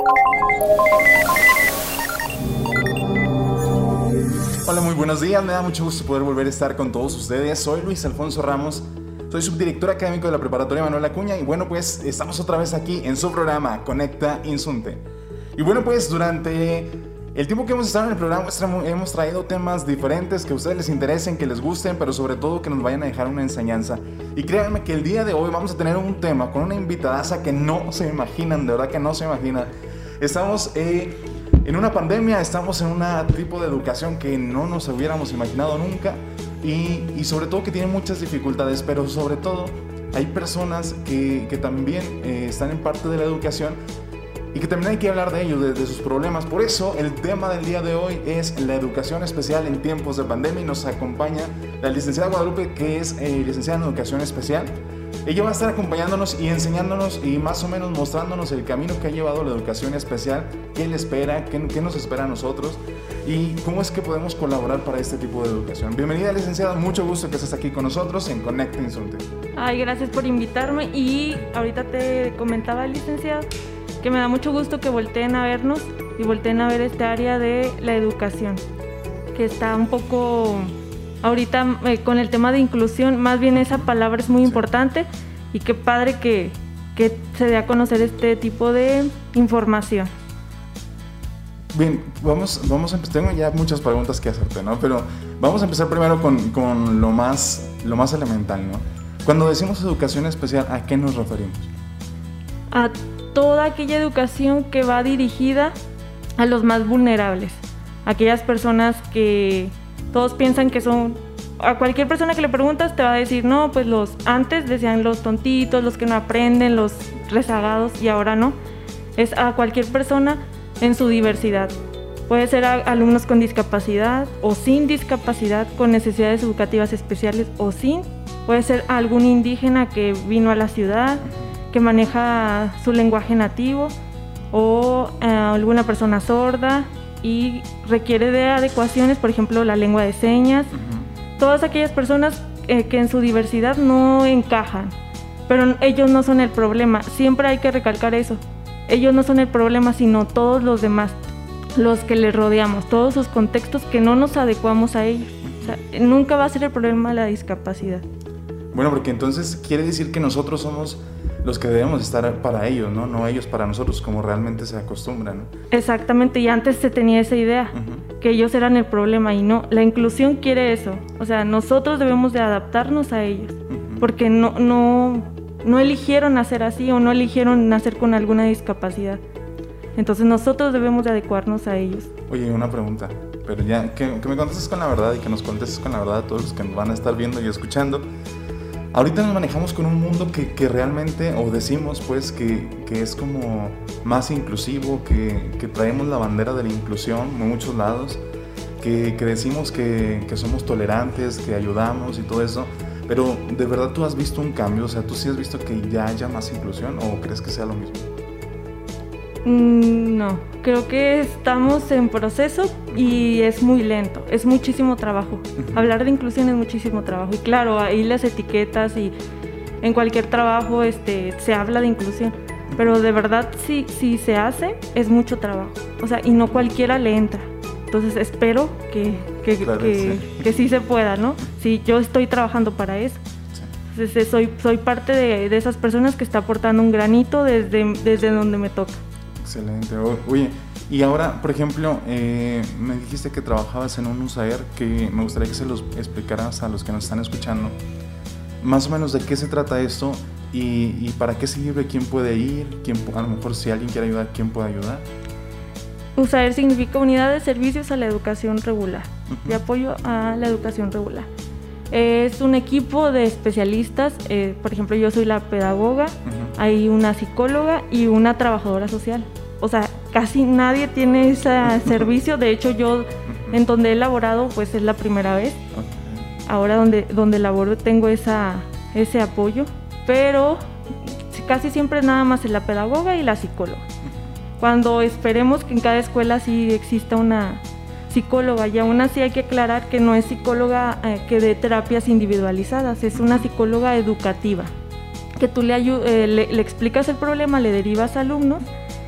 Hola, muy buenos días, me da mucho gusto poder volver a estar con todos ustedes. Soy Luis Alfonso Ramos, soy subdirector académico de la Preparatoria Manuel Acuña y bueno, pues estamos otra vez aquí en su programa Conecta Insunte. Y bueno, pues durante el tiempo que hemos estado en el programa hemos traído temas diferentes que a ustedes les interesen, que les gusten, pero sobre todo que nos vayan a dejar una enseñanza. Y créanme que el día de hoy vamos a tener un tema con una invitadaza que no se imaginan, de verdad que no se imaginan. Estamos en una pandemia, estamos en un tipo de educación que no nos hubiéramos imaginado nunca y sobre todo que tiene muchas dificultades, pero sobre todo hay personas que también están en parte de la educación y que también hay que hablar de ellos, de sus problemas. Por eso el tema del día de hoy es la educación especial en tiempos de pandemia y nos acompaña la licenciada Guadalupe, que es licenciada en educación especial. Ella va a estar acompañándonos y enseñándonos y más o menos mostrándonos el camino que ha llevado la educación especial, qué le espera, qué nos espera a nosotros y cómo es que podemos colaborar para este tipo de educación. Bienvenida, licenciada, mucho gusto que estés aquí con nosotros en Conecta Insunte. Ay, gracias por invitarme y ahorita te comentaba, licenciado, que me da mucho gusto que volteen a vernos y volteen a ver este área de la educación, que está un poco... Ahorita con el tema de inclusión, más bien esa palabra es muy importante y qué padre que se dé a conocer este tipo de información. Bien, vamos a empezar. Tengo ya muchas preguntas que hacerte, ¿no? Pero vamos a empezar primero con lo más elemental, ¿no? Cuando decimos educación especial, ¿a qué nos referimos? A toda aquella educación que va dirigida a los más vulnerables, aquellas personas que todos piensan que son, a cualquier persona que le preguntas te va a decir, no, pues antes decían los tontitos, los que no aprenden, los rezagados, y ahora no. Es a cualquier persona en su diversidad. Puede ser a alumnos con discapacidad o sin discapacidad, con necesidades educativas especiales o sin. Puede ser algún indígena que vino a la ciudad, que maneja su lenguaje nativo, o alguna persona sorda y requiere de adecuaciones, por ejemplo, la lengua de señas. Todas aquellas personas que en su diversidad no encajan, pero ellos no son el problema. Siempre hay que recalcar eso. Ellos no son el problema, sino todos los demás, los que les rodeamos, todos sus contextos que no nos adecuamos a ellos. O sea, nunca va a ser el problema la discapacidad. Bueno, porque entonces quiere decir que nosotros somos los que debemos estar para ellos, ¿no? No ellos para nosotros, como realmente se acostumbran, ¿no? Exactamente, y antes se tenía esa idea, que ellos eran el problema y no. La inclusión quiere eso, o sea, nosotros debemos de adaptarnos a ellos, porque no eligieron nacer así o no eligieron nacer con alguna discapacidad. Entonces nosotros debemos de adecuarnos a ellos. Oye, una pregunta, pero ya que me contestes con la verdad y que nos contestes con la verdad a todos los que nos van a estar viendo y escuchando. Ahorita nos manejamos con un mundo que realmente, o decimos pues que es como más inclusivo, que traemos la bandera de la inclusión en muchos lados, que decimos que somos tolerantes, que ayudamos y todo eso, pero ¿de verdad tú has visto un cambio? O sea, ¿tú sí has visto que ya haya más inclusión o crees que sea lo mismo? No, creo que estamos en proceso y es muy lento, es muchísimo trabajo. Hablar de inclusión es muchísimo trabajo y claro, ahí las etiquetas y en cualquier trabajo se habla de inclusión, pero de verdad si se hace es mucho trabajo, o sea, y no cualquiera le entra. Entonces espero que sí se pueda, ¿no? Sí, yo estoy trabajando para eso. Entonces, soy parte de esas personas que está aportando un granito desde donde me toca. Excelente. Oye, y ahora, por ejemplo, me dijiste que trabajabas en un USAER, que me gustaría que se los explicaras a los que nos están escuchando, más o menos de qué se trata esto y para qué sirve, quién puede ir, a lo mejor si alguien quiere ayudar, quién puede ayudar. USAER significa Unidad de Servicios a la Educación Regular, de apoyo a la educación regular. Es un equipo de especialistas, por ejemplo, yo soy la pedagoga, hay una psicóloga y una trabajadora social. O sea, casi nadie tiene ese servicio, de hecho yo en donde he laborado pues es la primera vez. Ahora donde laboro tengo ese apoyo, pero casi siempre nada más es la pedagoga y la psicóloga. Cuando esperemos que en cada escuela sí exista una psicóloga, y aún así hay que aclarar que no es psicóloga que dé terapias individualizadas, es una psicóloga educativa, que tú le explicas el problema, le derivas a alumnos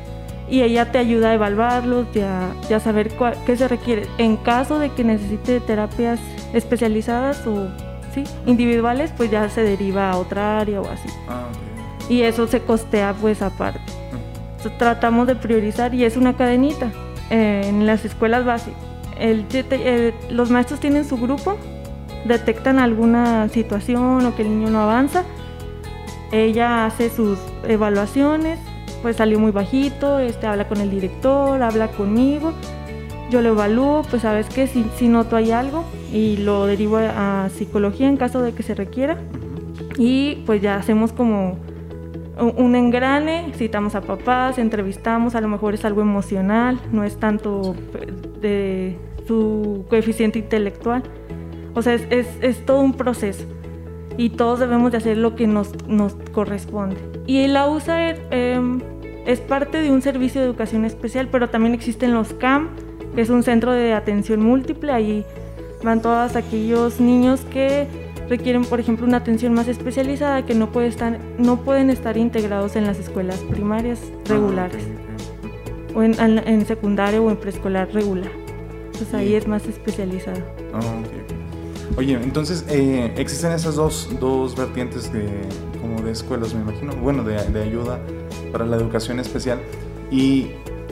y ella te ayuda a evaluarlos, ya saber qué se requiere. En caso de que necesite terapias especializadas o ¿sí? individuales, pues ya se deriva a otra área o así. Okay. Y eso se costea pues aparte. Tratamos de priorizar y es una cadenita. En las escuelas básicas, los maestros tienen su grupo, detectan alguna situación o que el niño no avanza, ella hace sus evaluaciones, pues salió muy bajito, habla con el director, habla conmigo, yo lo evalúo, pues sabes que si noto hay algo y lo derivo a psicología en caso de que se requiera, y pues ya hacemos como un engrane, citamos a papás, entrevistamos, a lo mejor es algo emocional, no es tanto de su coeficiente intelectual, o sea, es todo un proceso y todos debemos de hacer lo que nos corresponde. Y la USAER es parte de un servicio de educación especial, pero también existen los CAM, que es un centro de atención múltiple. Ahí van todos aquellos niños que requieren, por ejemplo, una atención más especializada, que no pueden estar integrados en las escuelas primarias regulares, o en secundaria o en preescolar regular. Entonces ahí es más especializado. Oye, entonces existen esas dos vertientes como de escuelas, me imagino, bueno, de ayuda para la educación especial. ¿Y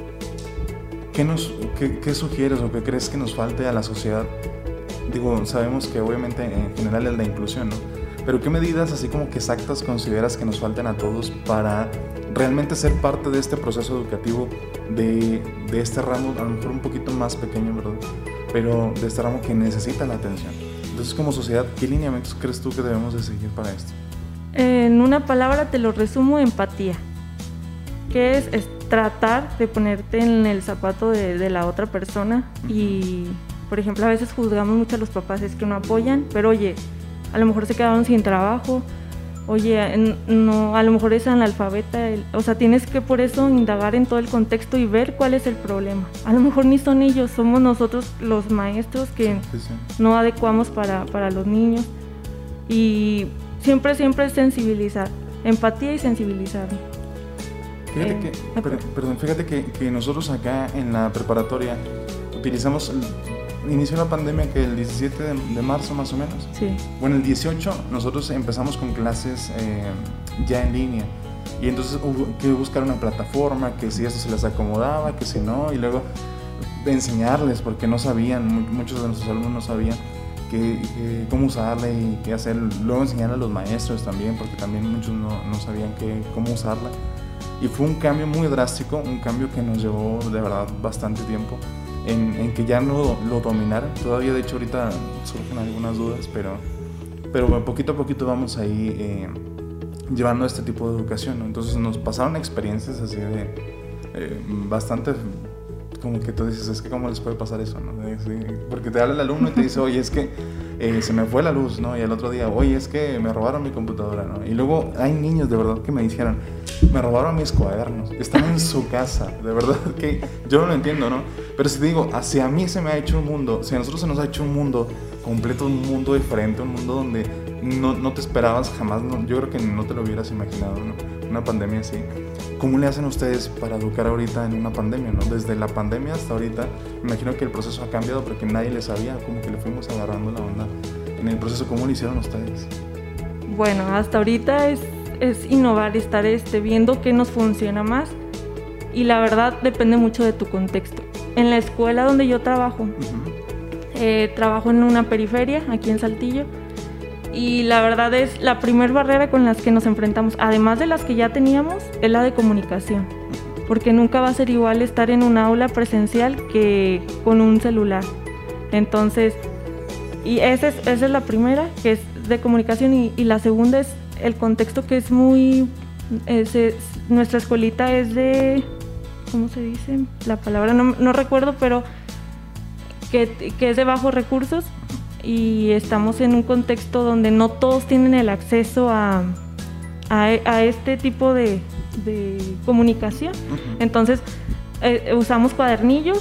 qué sugieres o qué crees que nos falte a la sociedad? Digo, sabemos que obviamente en general es la inclusión, ¿no? Pero ¿qué medidas así como que exactas consideras que nos faltan a todos para realmente ser parte de este proceso educativo de este ramo, a lo mejor un poquito más pequeño, ¿verdad? Pero de este ramo que necesita la atención? Entonces, como sociedad, ¿qué lineamientos crees tú que debemos de seguir para esto? En una palabra te lo resumo: empatía. Que es tratar de ponerte en el zapato de la otra persona. Y, por ejemplo, a veces juzgamos mucho a los papás, es que no apoyan, pero oye, a lo mejor se quedaron sin trabajo, oye, no, a lo mejor es analfabeta, o sea, tienes que por eso indagar en todo el contexto y ver cuál es el problema. A lo mejor ni son ellos, somos nosotros los maestros que no adecuamos para los niños. Y siempre es sensibilizar, empatía y sensibilizar. Fíjate que nosotros acá en la preparatoria utilizamos, inició la pandemia que el 17 de marzo más o menos. Sí. Bueno, el 18 nosotros empezamos con clases ya en línea, y entonces hubo que buscar una plataforma, que si esto se les acomodaba, que si no, y luego enseñarles, porque no sabían, muchos de nuestros alumnos no sabían cómo usarla y qué hacer. Luego enseñar a los maestros también, porque también muchos no sabían cómo usarla. Y fue un cambio muy drástico, un cambio que nos llevó de verdad bastante tiempo en que ya no lo dominaran. Todavía, de hecho, ahorita surgen algunas dudas, pero poquito a poquito vamos ahí llevando este tipo de educación, ¿no? Entonces nos pasaron experiencias así de bastante, como que tú dices, es que cómo les puede pasar eso, ¿no? Porque te habla el alumno y te dice, oye, es que se me fue la luz, ¿no? Y el otro día, oye, es que me robaron mi computadora, ¿no? Y luego hay niños de verdad que me dijeron, me robaron mis cuadernos, están en su casa, de verdad que yo no lo entiendo, ¿no? Pero si te digo, hacia mí se me ha hecho un mundo, si a nosotros se nos ha hecho un mundo completo, un mundo diferente, un mundo donde no te esperabas jamás, no, yo creo que no te lo hubieras imaginado, ¿no? Una pandemia así. ¿Cómo le hacen ustedes para educar ahorita en una pandemia, ¿no? Desde la pandemia hasta ahorita, me imagino que el proceso ha cambiado porque nadie le sabía, como que le fuimos agarrando la onda en el proceso. ¿Cómo lo hicieron ustedes? Bueno, hasta ahorita es innovar, estar viendo qué nos funciona más, y la verdad depende mucho de tu contexto. En la escuela donde yo trabajo, trabajo en una periferia, aquí en Saltillo, y la verdad es la primer barrera con las que nos enfrentamos, además de las que ya teníamos, es la de comunicación, porque nunca va a ser igual estar en un aula presencial que con un celular. Entonces, y esa es la primera, que es de comunicación, y la segunda es el contexto, que es muy... nuestra escuelita es de... ¿Cómo se dice? La palabra no recuerdo, pero que es de bajos recursos, y estamos en un contexto donde no todos tienen el acceso a este tipo de comunicación. Entonces usamos cuadernillos.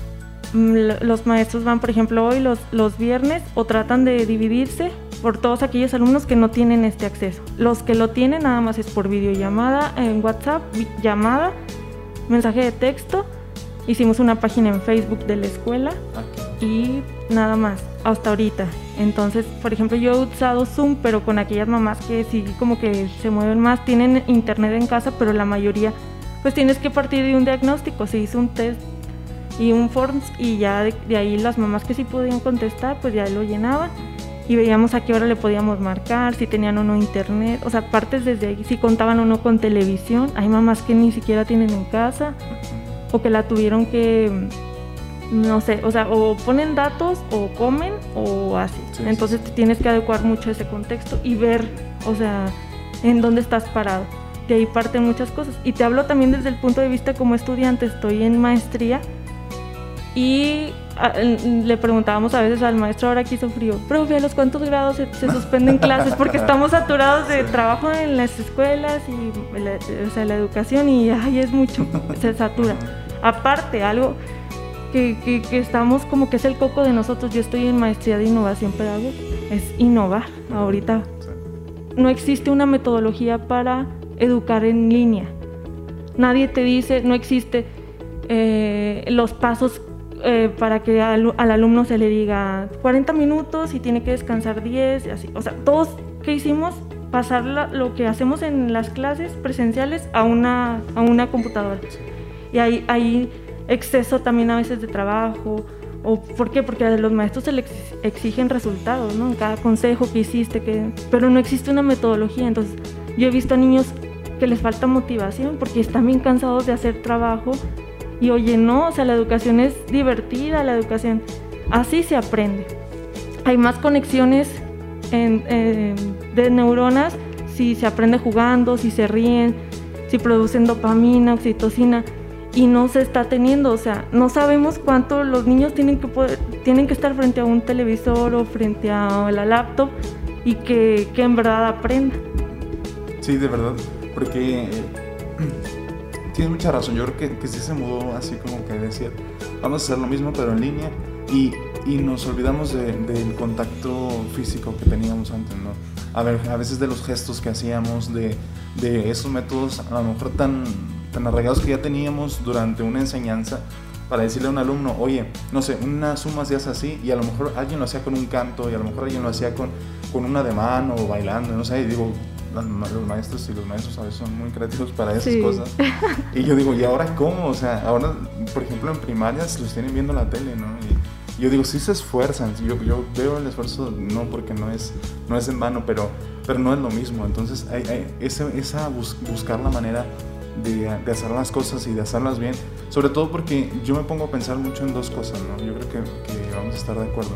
Los maestros van, por ejemplo, hoy los viernes, o tratan de dividirse por todos aquellos alumnos que no tienen este acceso. Los que lo tienen nada más es por videollamada, en WhatsApp, llamada, mensaje de texto, hicimos una página en Facebook de la escuela y nada más, hasta ahorita. Entonces, por ejemplo, yo he usado Zoom, pero con aquellas mamás que sí como que se mueven más, tienen internet en casa, pero la mayoría, pues tienes que partir de un diagnóstico. Se hizo un test y un forms y ya de ahí las mamás que sí podían contestar, pues ya lo llenaban y veíamos a qué hora le podíamos marcar, si tenían o no internet, o sea, partes desde ahí, si contaban o no con televisión. Hay mamás que ni siquiera tienen en casa o que la tuvieron que, no sé, o sea, o ponen datos o comen o así. Sí, entonces te tienes que adecuar mucho a ese contexto y ver, o sea, en dónde estás parado. De ahí parten muchas cosas. Y te hablo también desde el punto de vista como estudiante, estoy en maestría y le preguntábamos a veces al maestro, ahora aquí hizo frío, profe, ¿a los cuántos grados se suspenden clases? Porque estamos saturados de trabajo en las escuelas y o sea, la educación y ay, es mucho, se satura. Aparte, algo que estamos como que es el coco de nosotros, yo estoy en maestría de innovación pedagógica, es innovar. Ahorita no existe una metodología para educar en línea, nadie te dice, no existe los pasos para que al alumno se le diga 40 minutos y tiene que descansar 10 y así. O sea, todos que hicimos pasar lo que hacemos en las clases presenciales a una computadora. Y hay exceso también a veces de trabajo. ¿O por qué? Porque a los maestros se les exigen resultados, ¿no? En cada consejo que hiciste, pero no existe una metodología. Entonces, yo he visto a niños que les falta motivación porque están bien cansados de hacer trabajo. Y oye, no, o sea, la educación es divertida, la educación, así se aprende. Hay más conexiones de neuronas si se aprende jugando, si se ríen, si producen dopamina, oxitocina, y no se está teniendo, o sea, no sabemos cuánto los niños tienen que estar frente a un televisor o frente a la laptop y que en verdad aprendan. Sí, de verdad, porque... tienes mucha razón, yo creo que sí se mudó así como que decir, vamos a hacer lo mismo pero en línea y nos olvidamos del contacto físico que teníamos antes, ¿no? A veces de los gestos que hacíamos, de esos métodos a lo mejor tan arraigados que ya teníamos durante una enseñanza para decirle a un alumno, oye, no sé, una suma se hace así y a lo mejor alguien lo hacía con un canto y a lo mejor alguien lo hacía con un ademán o bailando, no sé, y digo... Los maestros y los maestros a veces son muy creativos para esas cosas. Y yo digo, ¿y ahora cómo? O sea, ahora, por ejemplo, en primarias los tienen viendo la tele, ¿no? Y yo digo, sí se esfuerzan. Yo veo el esfuerzo, no porque no es en vano, pero no es lo mismo. Entonces, hay buscar la manera de hacer las cosas y de hacerlas bien. Sobre todo porque yo me pongo a pensar mucho en dos cosas, ¿no? Yo creo que vamos a estar de acuerdo.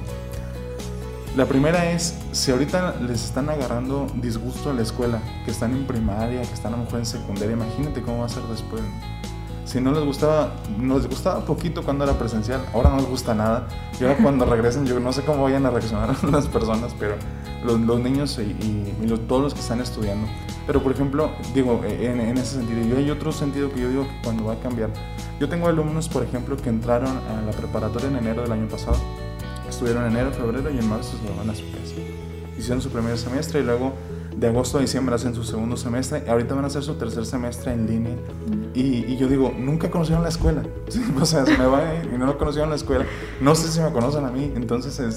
La primera es, si ahorita les están agarrando disgusto a la escuela, que están en primaria, que están a lo mejor en secundaria, imagínate cómo va a ser después. Si no les gustaba poquito cuando era presencial, ahora no les gusta nada. Y ahora cuando regresen, yo no sé cómo vayan a reaccionar las personas, pero los niños y todos los que están estudiando. Pero por ejemplo, digo, en ese sentido, y hay otro sentido que yo digo que cuando va a cambiar. Yo tengo alumnos, por ejemplo, que entraron a la preparatoria en enero del año pasado. Estuvieron en enero, febrero y en marzo se van a su casa. Hicieron su primer semestre y luego de agosto a diciembre hacen su segundo semestre. Ahorita van a hacer su tercer semestre en línea. Y yo digo, nunca conocieron la escuela. O sea, se me va y no conocieron la escuela. No sé si me conocen a mí. Entonces,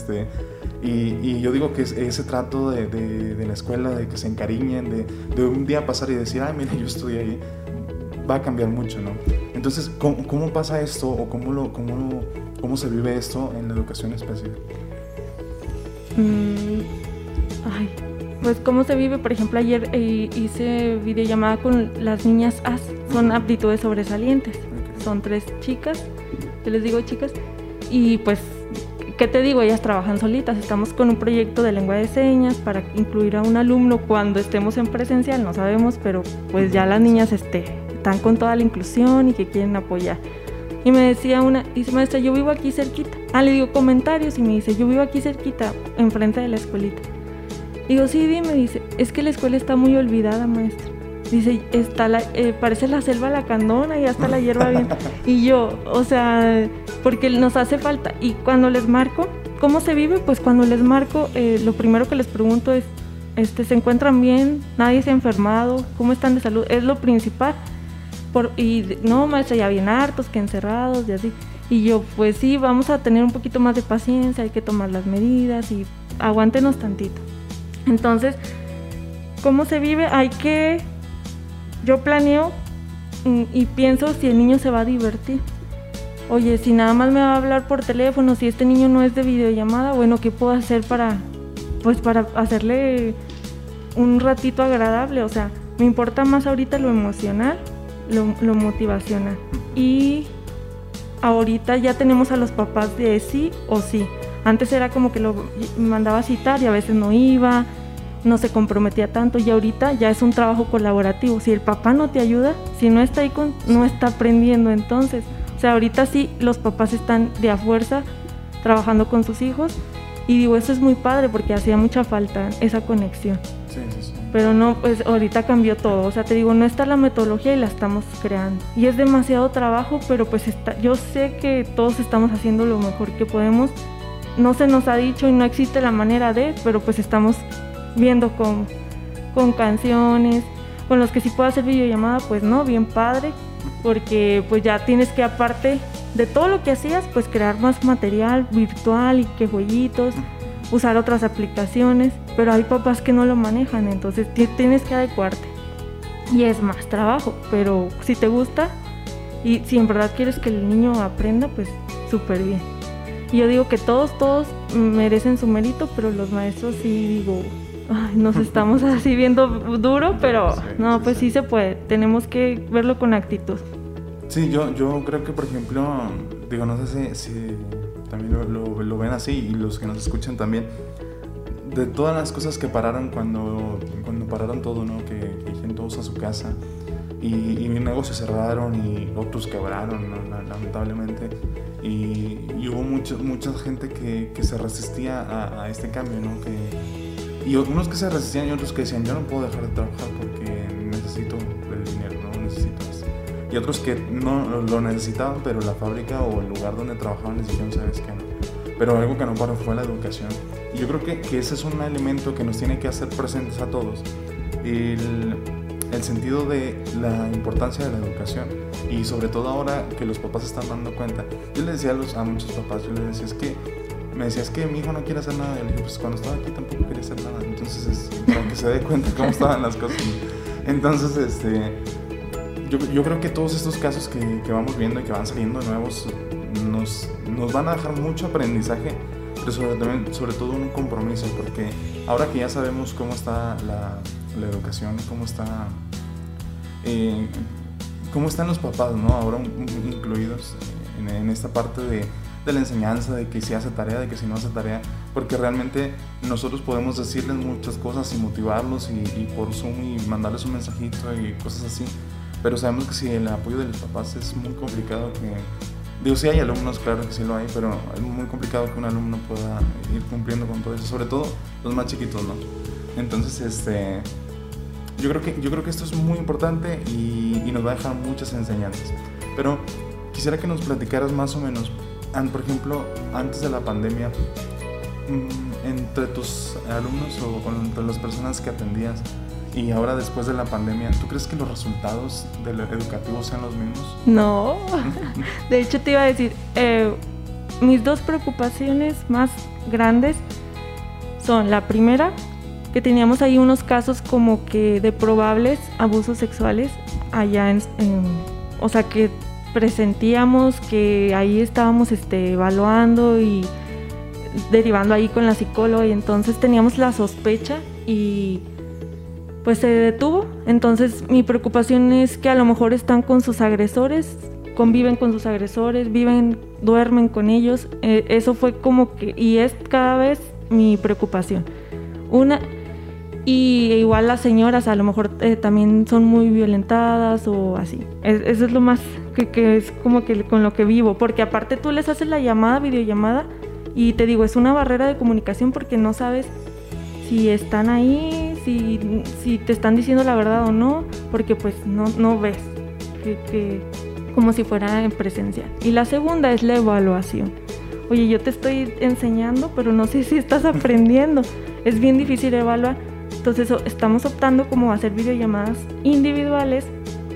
y yo digo que ese trato de la escuela, de que se encariñen, de un día pasar y decir, ay, mira, yo estudié ahí, va a cambiar mucho, ¿no? Entonces, ¿cómo pasa esto o cómo se vive esto en la educación especial? Pues cómo se vive, por ejemplo, ayer hice videollamada con las niñas AS, son aptitudes sobresalientes, son 3 chicas, yo les digo chicas, y pues, ¿qué te digo? Ellas trabajan solitas, estamos con un proyecto de lengua de señas para incluir a un alumno cuando estemos en presencial, no sabemos, pero pues ya las niñas están con toda la inclusión y que quieren apoyar. Y me decía dice, maestra, yo vivo aquí cerquita. Le digo comentarios y me dice, yo vivo aquí cerquita, enfrente de la escuelita. Digo, sí, dime, dice, es que la escuela está muy olvidada, maestra. Dice, parece la selva lacandona y hasta la hierba bien. Y yo, o sea, porque nos hace falta. Y cuando les marco, ¿cómo se vive? Pues cuando les marco, lo primero que les pregunto es, ¿se encuentran bien? ¿Nadie se ha enfermado? ¿Cómo están de salud? Es lo principal. no, maestra, ya bien hartos, que encerrados y así. Y yo, pues sí, vamos a tener un poquito más de paciencia, hay que tomar las medidas y aguántenos tantito. Entonces, ¿cómo se vive? Yo planeo y pienso si el niño se va a divertir. Oye, si nada más me va a hablar por teléfono, si este niño no es de videollamada, bueno, ¿qué puedo hacer para hacerle un ratito agradable? O sea, me importa más ahorita lo emocional, lo motivacional. Y ahorita ya tenemos a los papás de sí o sí. Antes era como que lo mandaba a citar y a veces no iba, no se comprometía tanto, y ahorita ya es un trabajo colaborativo. Si el papá no te ayuda, si no está ahí, no está aprendiendo. Entonces, o sea, ahorita sí los papás están de a fuerza trabajando con sus hijos, y digo, eso es muy padre porque hacía mucha falta esa conexión. Sí. Pero no, pues ahorita cambió todo. O sea, te digo, no está la metodología y la estamos creando. Y es demasiado trabajo, pero pues yo sé que todos estamos haciendo lo mejor que podemos. No se nos ha dicho y no existe la manera de, pero pues estamos viendo con canciones, con los que sí puedo hacer videollamada, pues no, bien padre, porque pues ya tienes que, aparte de todo lo que hacías, pues crear más material virtual y que jueguitos, usar otras aplicaciones, pero hay papás que no lo manejan, entonces tienes que adecuarte y es más trabajo, pero si te gusta y si en verdad quieres que el niño aprenda, pues súper bien. Y yo digo que todos merecen su mérito, pero los maestros sí digo, ay, nos estamos así viendo duro, pero no, pues sí se puede, tenemos que verlo con actitud. Sí, yo creo que, por ejemplo, digo, no sé si también lo ven así, y los que nos escuchan también, de todas las cosas que pararon cuando pararon todo, ¿no? Que dijeron todos a su casa, y negocios cerraron y otros quebraron, ¿no? Lamentablemente, y hubo mucha gente que se resistía a este cambio, ¿no? Y unos que se resistían y otros que decían, yo no puedo dejar de trabajar porque necesito el dinero, no necesito esto. Y otros que no lo necesitaban, pero la fábrica o el lugar donde trabajaban les dijeron, sabes qué, no. Pero algo que no paró fue la educación. Y yo creo que ese es un elemento que nos tiene que hacer presentes a todos. El sentido de la importancia de la educación, y sobre todo ahora que los papás se están dando cuenta. Yo les decía a muchos papás, me decías que mi hijo no quiere hacer nada. Y le dije, pues cuando estaba aquí tampoco quería hacer nada. Entonces, para que se dé cuenta cómo estaban las cosas. Entonces, yo creo que todos estos casos que vamos viendo y que van saliendo nuevos nos van a dejar mucho aprendizaje, pero sobre todo un compromiso, porque ahora que ya sabemos cómo está la educación, cómo están los papás, ¿no? Ahora incluidos en esta parte de la enseñanza, de que si hace tarea, de que si no hace tarea, porque realmente nosotros podemos decirles muchas cosas y motivarlos y por Zoom y mandarles un mensajito y cosas así, pero sabemos que si el apoyo de los papás es muy complicado, sí hay alumnos, claro que sí lo hay, pero es muy complicado que un alumno pueda ir cumpliendo con todo eso, sobre todo los más chiquitos, ¿no? Entonces, yo creo que esto es muy importante y nos va a dejar muchas enseñanzas, pero quisiera que nos platicaras más o menos, por ejemplo, antes de la pandemia, entre tus alumnos o entre las personas que atendías y ahora después de la pandemia, ¿tú crees que los resultados educativos sean los mismos? No, de hecho te iba a decir, mis dos preocupaciones más grandes son, la primera, que teníamos ahí unos casos como que de probables abusos sexuales allá o sea, que presentíamos que ahí estábamos evaluando y derivando ahí con la psicóloga, y entonces teníamos la sospecha y pues se detuvo. Entonces mi preocupación es que a lo mejor están con sus agresores, conviven con sus agresores, duermen con ellos. Eso fue como que, y es cada vez mi preocupación. Y igual las señoras a lo mejor también son muy violentadas o así. Eso es lo más que es como que con lo que vivo, porque aparte tú les haces la videollamada, y te digo, es una barrera de comunicación porque no sabes si están ahí, si te están diciendo la verdad o no, porque pues no ves como si fuera en presencial. Y la segunda es la evaluación. Oye, yo te estoy enseñando, pero no sé si estás aprendiendo. Es bien difícil evaluar. Entonces estamos optando como a hacer videollamadas individuales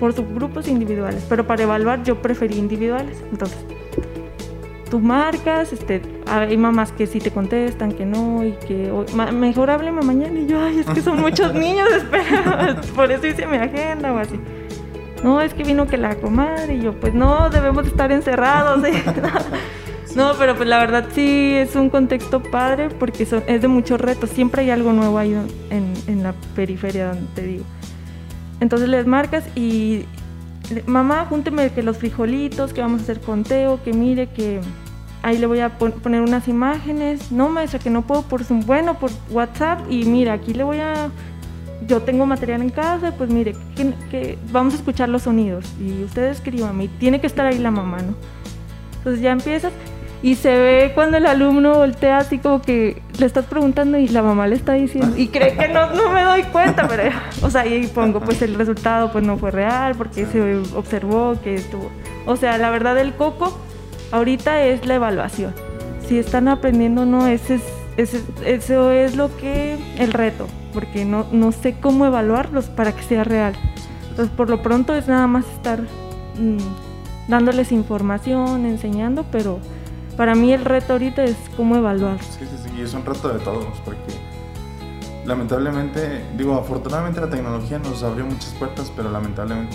por subgrupos individuales, pero para evaluar yo preferí individuales. Entonces, tú marcas, hay mamás que sí te contestan, que no, y que mejor hábleme mañana, y yo, ay, es que son muchos niños, espera, por eso hice mi agenda o así. No, es que vino que la comadre, y yo, pues no, debemos estar encerrados, ¿eh? No, pero pues la verdad sí es un contexto padre porque es de muchos retos, siempre hay algo nuevo ahí en la periferia donde te digo. Entonces les marcas y mamá, júnteme que los frijolitos, que vamos a hacer conteo, que mire que ahí le voy a poner unas imágenes. No, maestra, que no puedo por Zoom, bueno, por WhatsApp, y mira, aquí yo tengo material en casa, pues mire, que vamos a escuchar los sonidos y ustedes escriban, y tiene que estar ahí la mamá, ¿no? Entonces ya empiezas. Y se ve cuando el alumno voltea así como que le estás preguntando y la mamá le está diciendo y cree que no me doy cuenta, pero o sea, y pongo pues el resultado pues no fue real porque se observó que estuvo, o sea, la verdad el coco ahorita es la evaluación, si están aprendiendo o no, eso es lo que el reto, porque no sé cómo evaluarlos para que sea real. Entonces por lo pronto es nada más estar dándoles información, enseñando, pero para mí el reto ahorita es cómo evaluar. Sí, y es un reto de todos, porque lamentablemente, afortunadamente la tecnología nos abrió muchas puertas, pero lamentablemente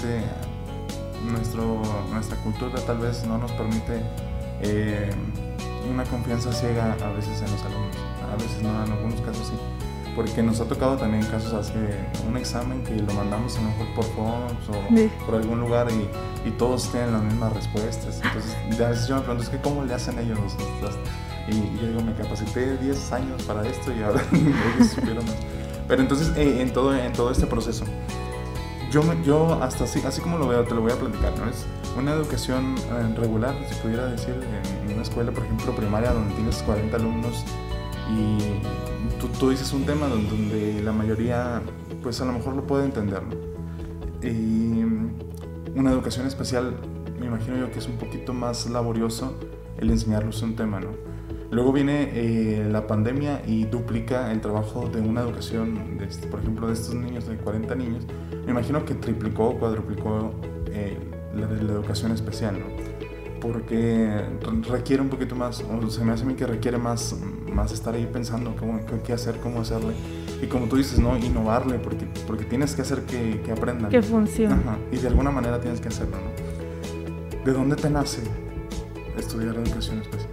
nuestra cultura tal vez no nos permite una confianza ciega a veces en los alumnos, a veces no, en algunos casos sí, porque nos ha tocado también casos así de un examen que lo mandamos a lo mejor por Forms o por algún lugar y todos tienen las mismas respuestas. Entonces a veces yo me pregunto, es que ¿cómo le hacen ellos? Y yo digo, me capacité 10 años para esto y ahora ellos supieron más. Pero entonces en todo este proceso yo hasta así como lo veo, te lo voy a platicar, ¿no? Es una educación regular, si pudiera decir, en una escuela, por ejemplo, primaria, donde tienes 40 alumnos y tú dices un tema donde la mayoría pues a lo mejor lo puede entender, ¿no? Y una educación especial, me imagino yo que es un poquito más laborioso el enseñarles un tema, ¿no? Luego viene la pandemia y duplica el trabajo de una educación, por ejemplo, de estos niños, de 40 niños. Me imagino que triplicó o cuadruplicó la educación especial, ¿no? Porque requiere un poquito más, o se me hace a mí que requiere más estar ahí pensando qué hacer, cómo hacerle. Y como tú dices, ¿no? Innovarle, porque tienes que hacer que aprendan. Que funcione. Ajá, y de alguna manera tienes que hacerlo, ¿no? ¿De dónde te nace estudiar educación especial?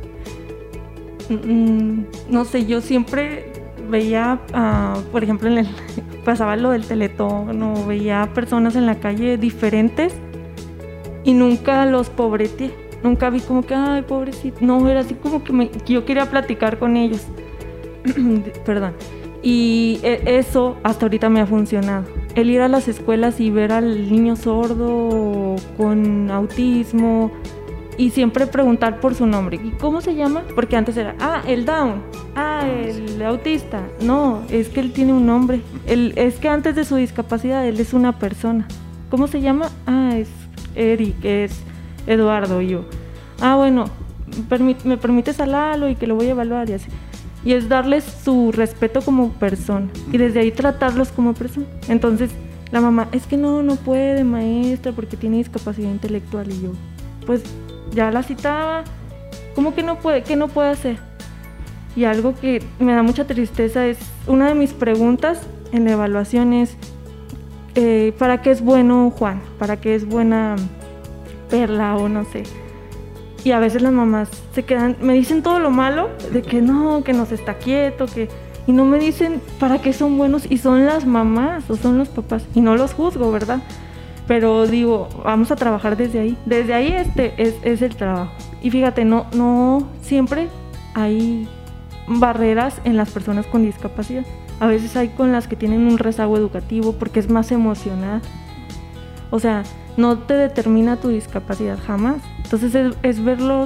No sé, yo siempre veía, por ejemplo, pasaba lo del Teletón, o veía personas en la calle diferentes y nunca los pobreteé. Nunca vi como que, ay, pobrecito. No, era así como que yo quería platicar con ellos. Perdón. Y eso hasta ahorita me ha funcionado. El ir a las escuelas y ver al niño sordo con autismo y siempre preguntar por su nombre. ¿Y cómo se llama? Porque antes era, el Down, el autista. No, es que él tiene un nombre. Es que antes de su discapacidad él es una persona. ¿Cómo se llama? Es Eric, es Eduardo. Y yo, bueno, me permites a Lalo y que lo voy a evaluar y así. Y es darles su respeto como persona y desde ahí tratarlos como persona. Entonces la mamá, es que no puede, maestra, porque tiene discapacidad intelectual. Y yo, pues ya la citaba, ¿cómo que no puede? ¿Qué no puede hacer? Y algo que me da mucha tristeza es, una de mis preguntas en la evaluación es, ¿para qué es bueno Juan? ¿Para qué es buena Perla? O no sé. Y a veces las mamás se quedan, me dicen todo lo malo, de que no se está quieto, y no me dicen para qué son buenos, y son las mamás o son los papás, y no los juzgo, ¿verdad? Pero digo, vamos a trabajar desde ahí. Desde ahí es el trabajo. Y fíjate, no siempre hay barreras en las personas con discapacidad. A veces hay con las que tienen un rezago educativo porque es más emocional. O sea, no te determina tu discapacidad jamás. Entonces es verlos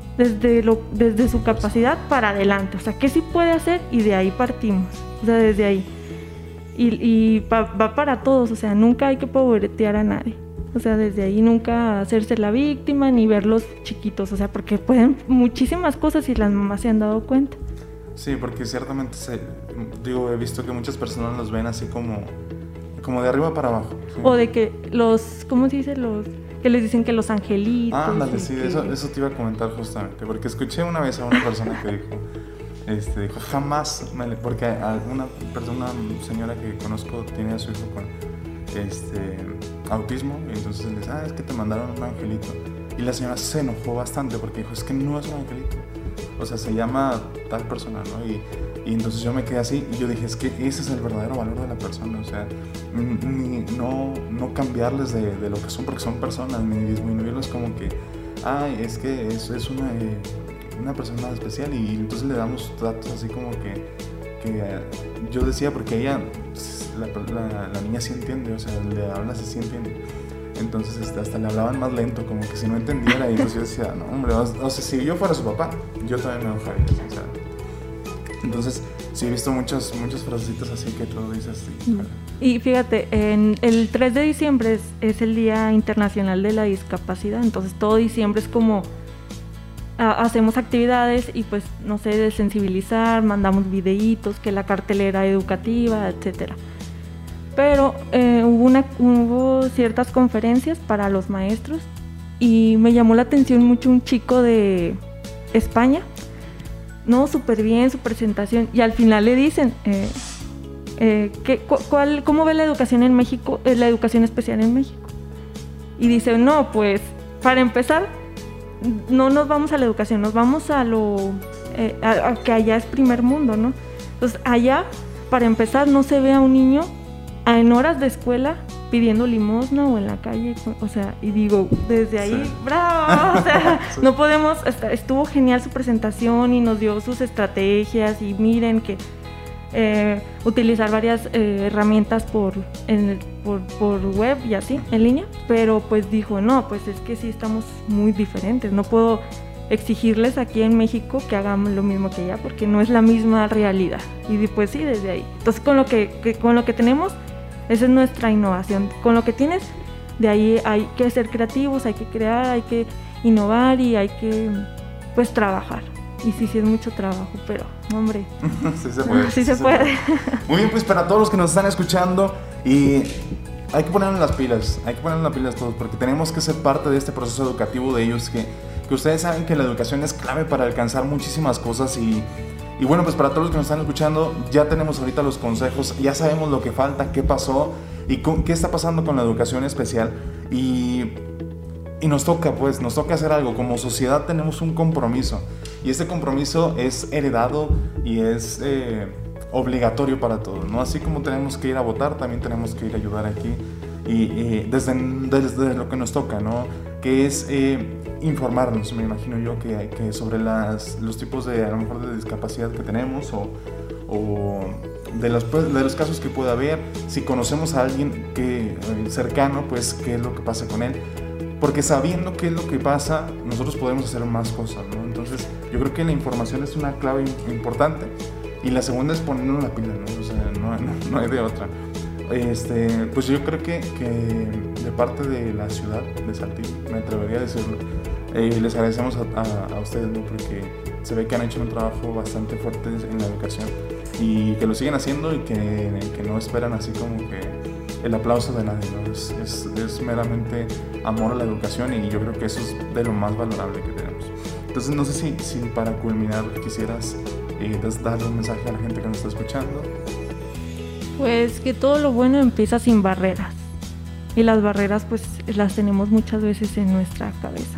desde su capacidad para adelante. O sea, ¿qué sí puede hacer? Y de ahí partimos. O sea, desde ahí. Y va para todos. O sea, nunca hay que pobretear a nadie. O sea, desde ahí nunca hacerse la víctima ni verlos chiquitos. O sea, porque pueden muchísimas cosas y las mamás se han dado cuenta. Sí, porque ciertamente he visto que muchas personas los ven así como como de arriba para abajo. Sí. O de que ¿cómo se dice? Que les dicen que los angelitos. Ándale, sí, eso te iba a comentar justamente, porque escuché una vez a una persona que dijo, jamás, porque una señora que conozco tiene a su hijo con autismo, y entonces le dice, es que te mandaron un angelito. Y la señora se enojó bastante porque dijo, es que no es un angelito, o sea, se llama tal persona, ¿no? Y entonces yo me quedé así y yo dije, es que ese es el verdadero valor de la persona, o sea, no cambiarles de lo que son porque son personas, ni disminuirlos como que, es que es una persona especial, y entonces le damos datos así como que yo decía, porque ella, la niña sí entiende, o sea, le hablas y sí entiende. Entonces hasta le hablaban más lento, como que si no entendiera, y entonces yo decía, no hombre, o sea, si yo fuera su papá, yo también me enojaría, o sea. Entonces sí he visto muchas frasecitas así que tú dices. Y fíjate, el 3 de diciembre es el Día Internacional de la Discapacidad, entonces todo diciembre es como hacemos actividades y pues no sé, de sensibilizar, mandamos videitos, que la cartelera educativa, etcétera. Pero hubo ciertas conferencias para los maestros y me llamó la atención mucho un chico de España. No, súper bien su presentación, y al final le dicen ¿cómo ve la educación en México, la educación especial en México? Y dice, no, pues para empezar no nos vamos a la educación, nos vamos a que allá es primer mundo, ¿no? Entonces allá, para empezar, no se ve a un niño en horas de escuela pidiendo limosna o en la calle, o sea, y digo, desde ahí, sí. ¡Bravo! O sea, sí. No podemos, estuvo genial su presentación y nos dio sus estrategias, y miren que utilizar varias herramientas por web y así, en línea, pero pues dijo, no, pues es que sí estamos muy diferentes, no puedo exigirles aquí en México que hagan lo mismo que allá, porque no es la misma realidad. Y pues sí, desde ahí. Entonces con lo que tenemos, esa es nuestra innovación. Con lo que tienes, de ahí hay que ser creativos, hay que crear, hay que innovar y hay que pues trabajar. Y sí es mucho trabajo, pero hombre, sí se puede. Sí se puede. Muy bien, pues para todos los que nos están escuchando, y hay que ponernos las pilas todos, porque tenemos que ser parte de este proceso educativo de ellos, que ustedes saben que la educación es clave para alcanzar muchísimas cosas. Y bueno, pues para todos los que nos están escuchando, ya tenemos ahorita los consejos, ya sabemos lo que falta, qué pasó y qué está pasando con la educación especial, y nos toca hacer algo. Como sociedad tenemos un compromiso, y este compromiso es heredado y es obligatorio para todos, ¿no? Así como tenemos que ir a votar, también tenemos que ir a ayudar aquí, y desde lo que nos toca, ¿no? Que es informarnos, me imagino yo, que sobre los tipos a lo mejor de discapacidad que tenemos, o de los casos que pueda haber. Si conocemos a alguien cercano, pues qué es lo que pasa con él, porque sabiendo qué es lo que pasa, nosotros podemos hacer más cosas, ¿no? Entonces yo creo que la información es una clave importante, y la segunda es ponernos la pila, ¿no? O sea, no hay de otra. Pues yo creo que de parte de la ciudad de Saltillo, me atrevería a decirlo, les agradecemos a ustedes, ¿no? Porque se ve que han hecho un trabajo bastante fuerte en la educación, y que lo siguen haciendo, y que no esperan así como que el aplauso de nadie, ¿no? Es meramente amor a la educación, y yo creo que eso es de lo más valorable que tenemos. Entonces no sé si para culminar quisieras darle un mensaje a la gente que nos está escuchando. Pues que todo lo bueno empieza sin barreras, y las barreras pues las tenemos muchas veces en nuestra cabeza,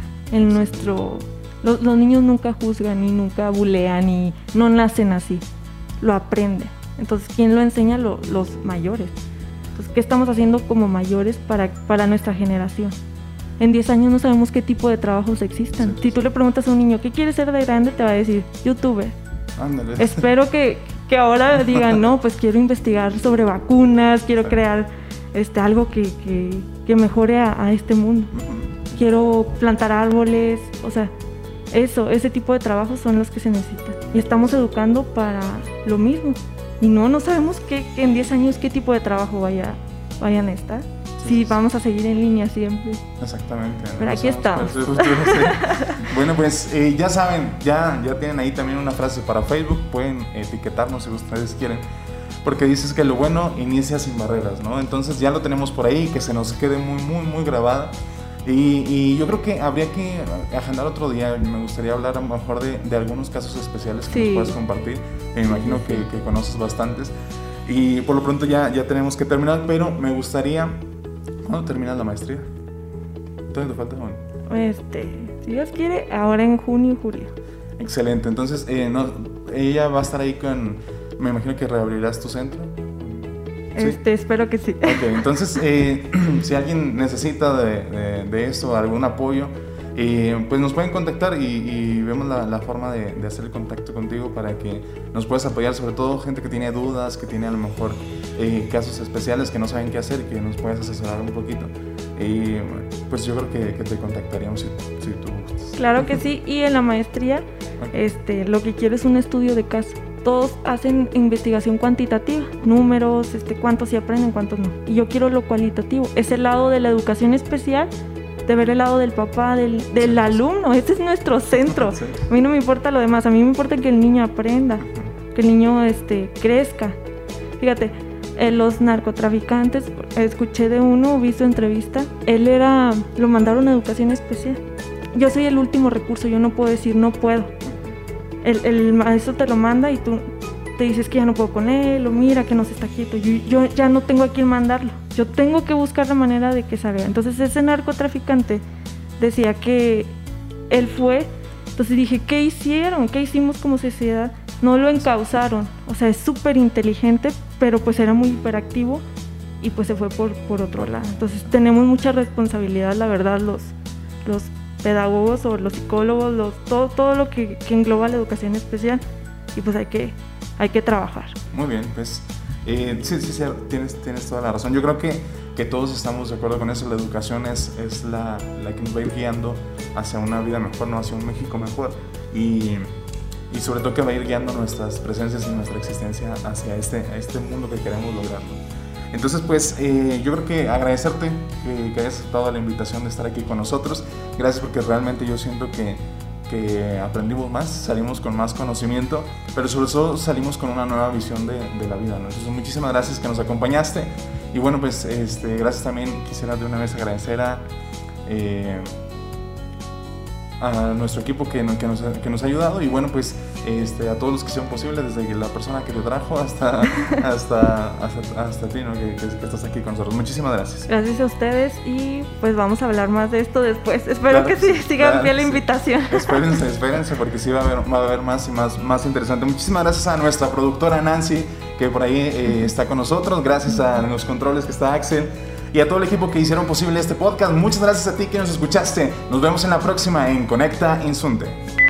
los niños nunca juzgan y nunca bulean, y no nacen así, lo aprenden. Entonces, ¿quién lo enseña? Los mayores. Entonces, ¿qué estamos haciendo como mayores para nuestra generación? En 10 años no sabemos qué tipo de trabajos existan. Si tú le preguntas a un niño, ¿qué quieres ser de grande? Te va a decir, youtuber. Ándale. Espero que ahora digan, no, pues quiero investigar sobre vacunas, quiero crear algo que mejore a este mundo. Quiero plantar árboles, o sea, ese tipo de trabajos son los que se necesitan. Y estamos educando para lo mismo. Y no sabemos que en 10 años qué tipo de trabajo vayan a estar. Sí, vamos a seguir en línea siempre. Exactamente. Pero aquí estamos. Bueno, pues ya saben, ya tienen ahí también una frase para Facebook. Pueden etiquetarnos si ustedes quieren, porque dices que lo bueno inicia sin barreras, ¿no? Entonces ya lo tenemos por ahí, que se nos quede muy, muy, muy grabada. Y yo creo que habría que agendar otro día. Me gustaría hablar a lo mejor de algunos casos especiales que nos puedas compartir. Me imagino que conoces bastantes. Y por lo pronto ya tenemos que terminar, pero me gustaría... ¿Cuándo terminas la maestría? ¿Todavía te falta? Bueno. Si Dios quiere, ahora en junio y julio. Excelente. Entonces, ella va a estar ahí con... Me imagino que reabrirás tu centro. ¿Sí? Espero que sí. Ok, entonces si alguien necesita de esto, algún apoyo, pues nos pueden contactar y vemos la forma de hacer el contacto contigo para que nos puedas apoyar, sobre todo gente que tiene dudas, que tiene a lo mejor casos especiales que no saben qué hacer y que nos puedas asesorar un poquito. Pues yo creo que te contactaríamos si tú gustas. Claro que sí, y en la maestría lo que quiero es un estudio de caso. Todos hacen investigación cuantitativa, números, cuántos sí aprenden, cuántos no. Y yo quiero lo cualitativo, es el lado de la educación especial, de ver el lado del papá, del alumno. Este es nuestro centro. Sí. A mí no me importa lo demás, a mí me importa que el niño aprenda, que el niño crezca. Fíjate, los narcotraficantes, escuché de uno, vi su entrevista, lo mandaron a educación especial. Yo soy el último recurso, yo no puedo decir no puedo. El maestro te lo manda y tú te dices que ya no puedo con él, o mira que no se está quieto. Yo ya no tengo a quién mandarlo. Yo tengo que buscar la manera de que salga. Entonces ese narcotraficante decía que él fue. Entonces dije, ¿qué hicieron? ¿Qué hicimos como sociedad? No lo encausaron. O sea, es súper inteligente, pero pues era muy hiperactivo y pues se fue por otro lado. Entonces tenemos mucha responsabilidad, la verdad, los pedagogos o los psicólogos, todo lo que engloba la educación especial, y pues hay que trabajar. Muy bien, pues sí, tienes toda la razón. Yo creo que todos estamos de acuerdo con eso. La educación es la que nos va a ir guiando hacia una vida mejor, no hacia un México mejor, y sobre todo que va a ir guiando nuestras presencias y nuestra existencia hacia este mundo que queremos lograr, ¿no? Entonces, pues, yo creo que agradecerte que hayas aceptado la invitación de estar aquí con nosotros. Gracias, porque realmente yo siento que aprendimos más, salimos con más conocimiento, pero sobre todo salimos con una nueva visión de la vida, ¿no? Entonces, muchísimas gracias que nos acompañaste. Y bueno, pues, gracias también. Quisiera de una vez agradecer a nuestro equipo que nos ha ayudado, y bueno, pues a todos los que hicieron posible, desde la persona que te trajo hasta ti, ¿no? que estás aquí con nosotros. Muchísimas gracias. Gracias a ustedes, y pues vamos a hablar más de esto después. Espero que sí sigan bien la invitación. Espérense, porque sí va a haber más y más interesante. Muchísimas gracias a nuestra productora Nancy, que por ahí está con nosotros. Gracias a los controles que está Axel, y a todo el equipo que hicieron posible este podcast. Muchas gracias a ti que nos escuchaste. Nos vemos en la próxima en Conecta Insunte.